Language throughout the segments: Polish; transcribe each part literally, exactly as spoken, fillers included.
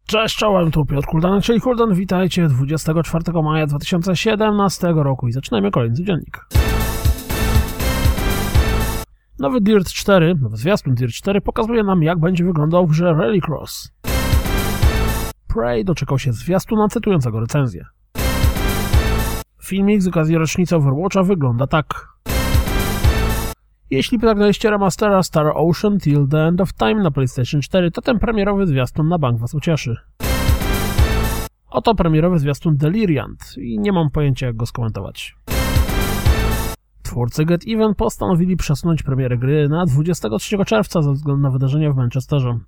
Cześć, czołem, tu Piotr Kuldanek, czyli Kuldan, witajcie dwudziestego czwartego maja dwa tysiące siedemnastego roku i zaczynajmy kolejny codziennik. Nowy Dirt cztery, nowy zwiastun Dirt cztery pokazuje nam, jak będzie wyglądał w grze Rallycross. Prey doczekał się zwiastuna cytującego recenzję. Filmik z okazji rocznicy Overwatcha wygląda tak. Jeśli pragnęliście remastera Star Ocean Till the End of Time na PlayStation cztery, to ten premierowy zwiastun na bank was ucieszy. Oto premierowy zwiastun Deliriant i nie mam pojęcia, jak go skomentować. Twórcy Get Even postanowili przesunąć premierę gry na dwudziestego trzeciego czerwca ze względu na wydarzenia w Manchesterze.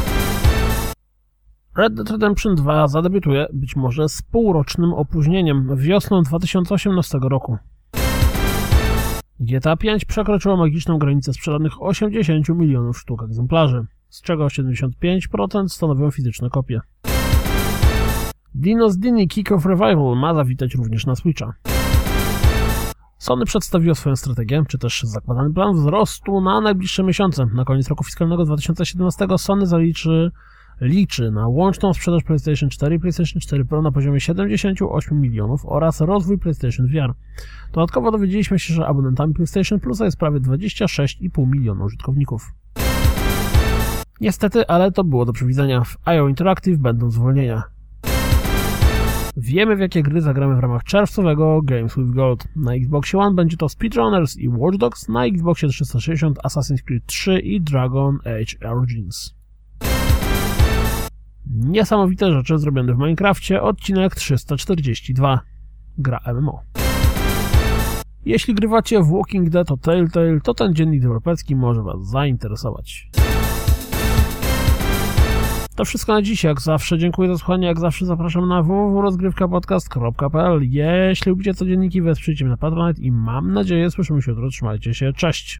Red Dead Redemption dwa zadebiutuje, być może z półrocznym opóźnieniem, wiosną dwa tysiące osiemnastego roku. G T A pięć przekroczyło magiczną granicę sprzedanych osiemdziesiąt milionów sztuk egzemplarzy, z czego siedemdziesiąt pięć procent stanowią fizyczne kopie. Dino's Dini Kick Off Revival ma zawitać również na Switcha. Sony przedstawiło swoją strategię, czy też zakładany plan wzrostu na najbliższe miesiące. Na koniec roku fiskalnego dwa tysiące siedemnastego Sony zaliczy liczy na łączną sprzedaż PlayStation cztery i PlayStation cztery Pro na poziomie siedemdziesiąt osiem milionów oraz rozwój PlayStation V R. Dodatkowo dowiedzieliśmy się, że abonentami PlayStation Plusa jest prawie dwadzieścia sześć i pół miliona użytkowników. Niestety, ale to było do przewidzenia. W I O Interactive będą zwolnienia. Wiemy, w jakie gry zagramy w ramach czerwcowego Games with Gold. Na Xboxie One będzie to Speedrunners i Watch Dogs, na Xboxie trzysta sześćdziesiąt Assassin's Creed trzy i Dragon Age Origins. Niesamowite rzeczy zrobione w Minecrafcie, odcinek trzysta czterdzieści dwa. Gra M M O. Jeśli grywacie w Walking Dead o Telltale, to ten dziennik deweloperski może was zainteresować. To wszystko na dziś, jak zawsze dziękuję za słuchanie, jak zawsze zapraszam na w w w kropka rozgrywka podcast kropka p l. Jeśli lubicie codzienniki, wesprzyjcie mnie na Patronite i mam nadzieję słyszymy się jutro, trzymajcie się, cześć!